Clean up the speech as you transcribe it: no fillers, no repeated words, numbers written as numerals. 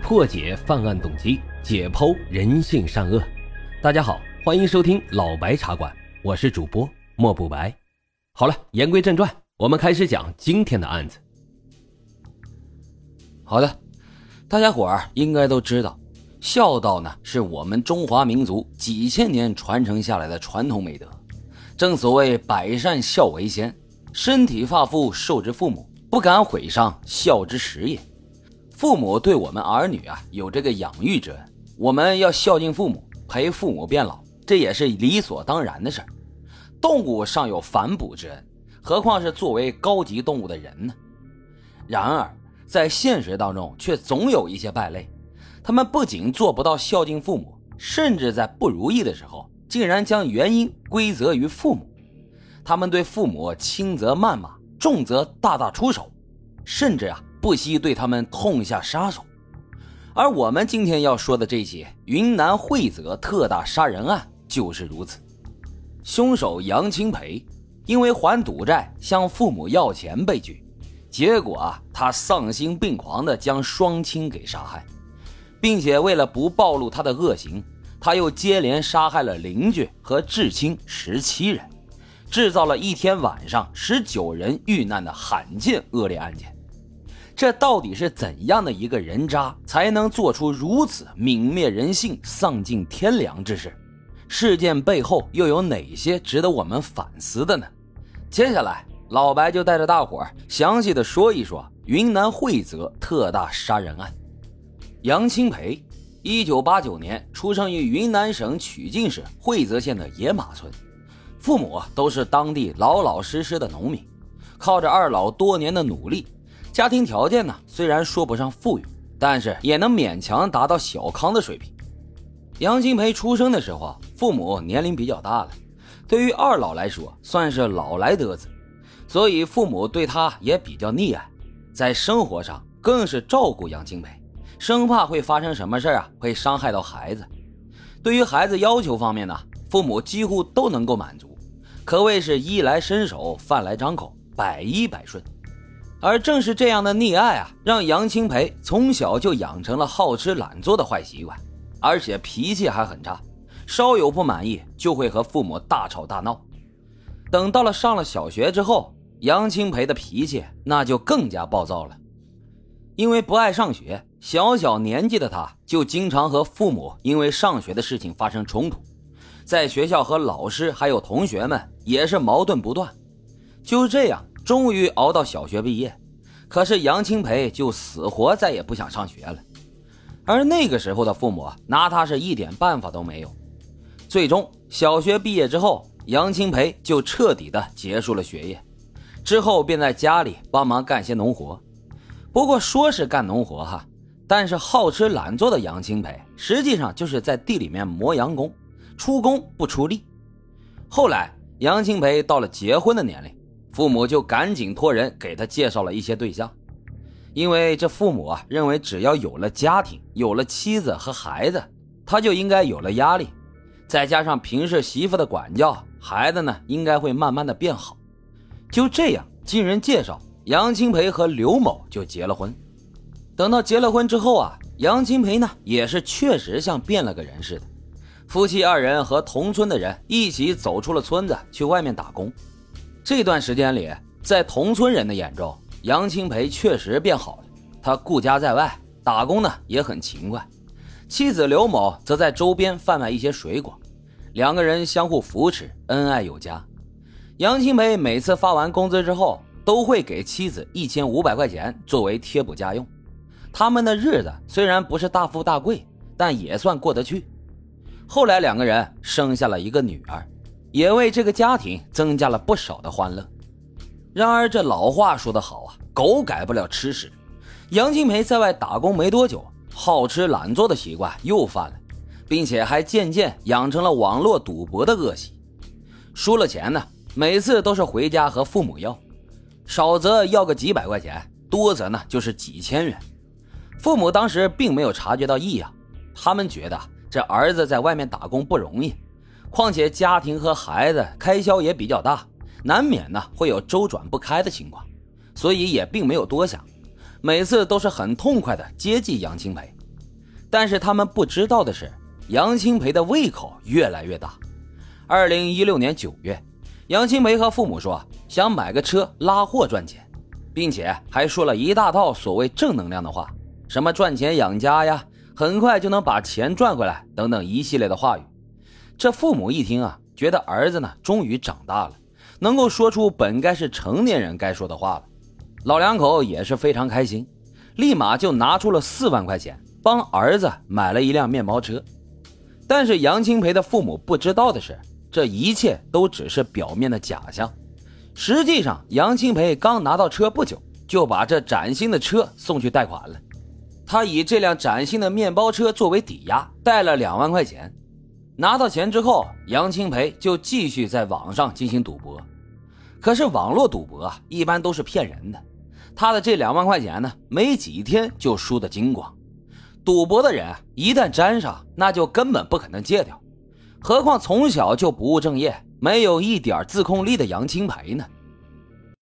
破解犯案动机，解剖人性善恶。大家好，欢迎收听老白茶馆，我是主播莫不白。好了，言归正传，我们开始讲今天的案子。 好的，大家伙儿应该都知道，孝道呢是我们中华民族几千年传承下来的传统美德。正所谓百善孝为先，身体发肤受之父母，不敢毁伤，孝之始也。父母对我们儿女有这个养育之恩，我们要孝敬父母，陪父母变老，这也是理所当然的事儿。动物尚有反哺之恩，何况是作为高级动物的人呢？然而在现实当中却总有一些败类，他们不仅做不到孝敬父母，甚至在不如意的时候竟然将原因归责于父母。他们对父母轻则谩骂，重则大打出手，甚至不惜对他们痛下杀手。而我们今天要说的这起云南惠泽特大杀人案就是如此。凶手杨清培因为还赌债向父母要钱被拒，结果他丧心病狂地将双亲给杀害，并且为了不暴露他的恶行，他又接连杀害了邻居和至亲17人，制造了一天晚上19人遇难的罕见恶劣案件。这到底是怎样的一个人渣才能做出如此泯灭人性、丧尽天良之事？事件背后又有哪些值得我们反思的呢？接下来老白就带着大伙儿详细的说一说云南惠泽特大杀人案。杨清培1989年出生于云南省曲靖市惠泽县的野马村，父母都是当地老老实实的农民，靠着二老多年的努力，家庭条件呢虽然说不上富裕，但是也能勉强达到小康的水平。杨清培出生的时候，父母年龄比较大了，对于二老来说算是老来得子，所以父母对他也比较溺爱，在生活上更是照顾杨清培，生怕会发生什么事会伤害到孩子。对于孩子要求方面呢，父母几乎都能够满足，可谓是衣来伸手饭来张口，百依百顺。而正是这样的溺爱让杨清培从小就养成了好吃懒做的坏习惯，而且脾气还很差，稍有不满意就会和父母大吵大闹。等到了上了小学之后，杨清培的脾气那就更加暴躁了。因为不爱上学，小小年纪的他就经常和父母因为上学的事情发生冲突，在学校和老师还有同学们也是矛盾不断。就这样终于熬到小学毕业，可是杨清培就死活再也不想上学了。而那个时候的父母拿他是一点办法都没有。最终小学毕业之后，杨清培就彻底的结束了学业，之后便在家里帮忙干些农活。不过说是干农活但是好吃懒做的杨清培实际上就是在地里面磨洋工，出工不出力。后来杨清培到了结婚的年龄，父母就赶紧托人给他介绍了一些对象。因为这父母认为只要有了家庭，有了妻子和孩子，他就应该有了压力，再加上平时媳妇的管教，孩子呢应该会慢慢的变好。就这样经人介绍，杨清培和刘某就结了婚。等到结了婚之后杨清培呢也是确实像变了个人似的，夫妻二人和同村的人一起走出了村子去外面打工。这段时间里，在同村人的眼中，杨清培确实变好了，他顾家在外，打工呢也很勤快。妻子刘某则在周边贩卖一些水果，两个人相互扶持，恩爱有加。杨清培每次发完工资之后，都会给妻子1500块钱作为贴补家用。他们的日子虽然不是大富大贵，但也算过得去。后来两个人生下了一个女儿，也为这个家庭增加了不少的欢乐。然而这老话说得好狗改不了吃屎。杨清培在外打工没多久，好吃懒做的习惯又犯了，并且还渐渐养成了网络赌博的恶习。输了钱呢，每次都是回家和父母要，少则要个几百块钱，多则呢就是几千元。父母当时并没有察觉到异样，他们觉得这儿子在外面打工不容易，况且家庭和孩子开销也比较大，难免呢会有周转不开的情况，所以也并没有多想，每次都是很痛快的接济杨清培。 但是他们不知道的是，杨清培的胃口越来越大。2016年9月，杨清培和父母说想买个车拉货赚钱，并且还说了一大套所谓正能量的话，什么赚钱养家呀，很快就能把钱赚回来等等一系列的话语。这父母一听啊，觉得儿子呢终于长大了，能够说出本该是成年人该说的话了。老两口也是非常开心，立马就拿出了4万块钱帮儿子买了一辆面包车。但是杨清培的父母不知道的是，这一切都只是表面的假象。实际上杨清培刚拿到车不久，就把这崭新的车送去贷款了。他以这辆崭新的面包车作为抵押，贷了2万块钱。拿到钱之后，杨清培就继续在网上进行赌博。可是网络赌博一般都是骗人的，他的这2万块钱呢，没几天就输得精光。赌博的人一旦沾上，那就根本不可能戒掉。何况从小就不务正业，没有一点自控力的杨清培呢？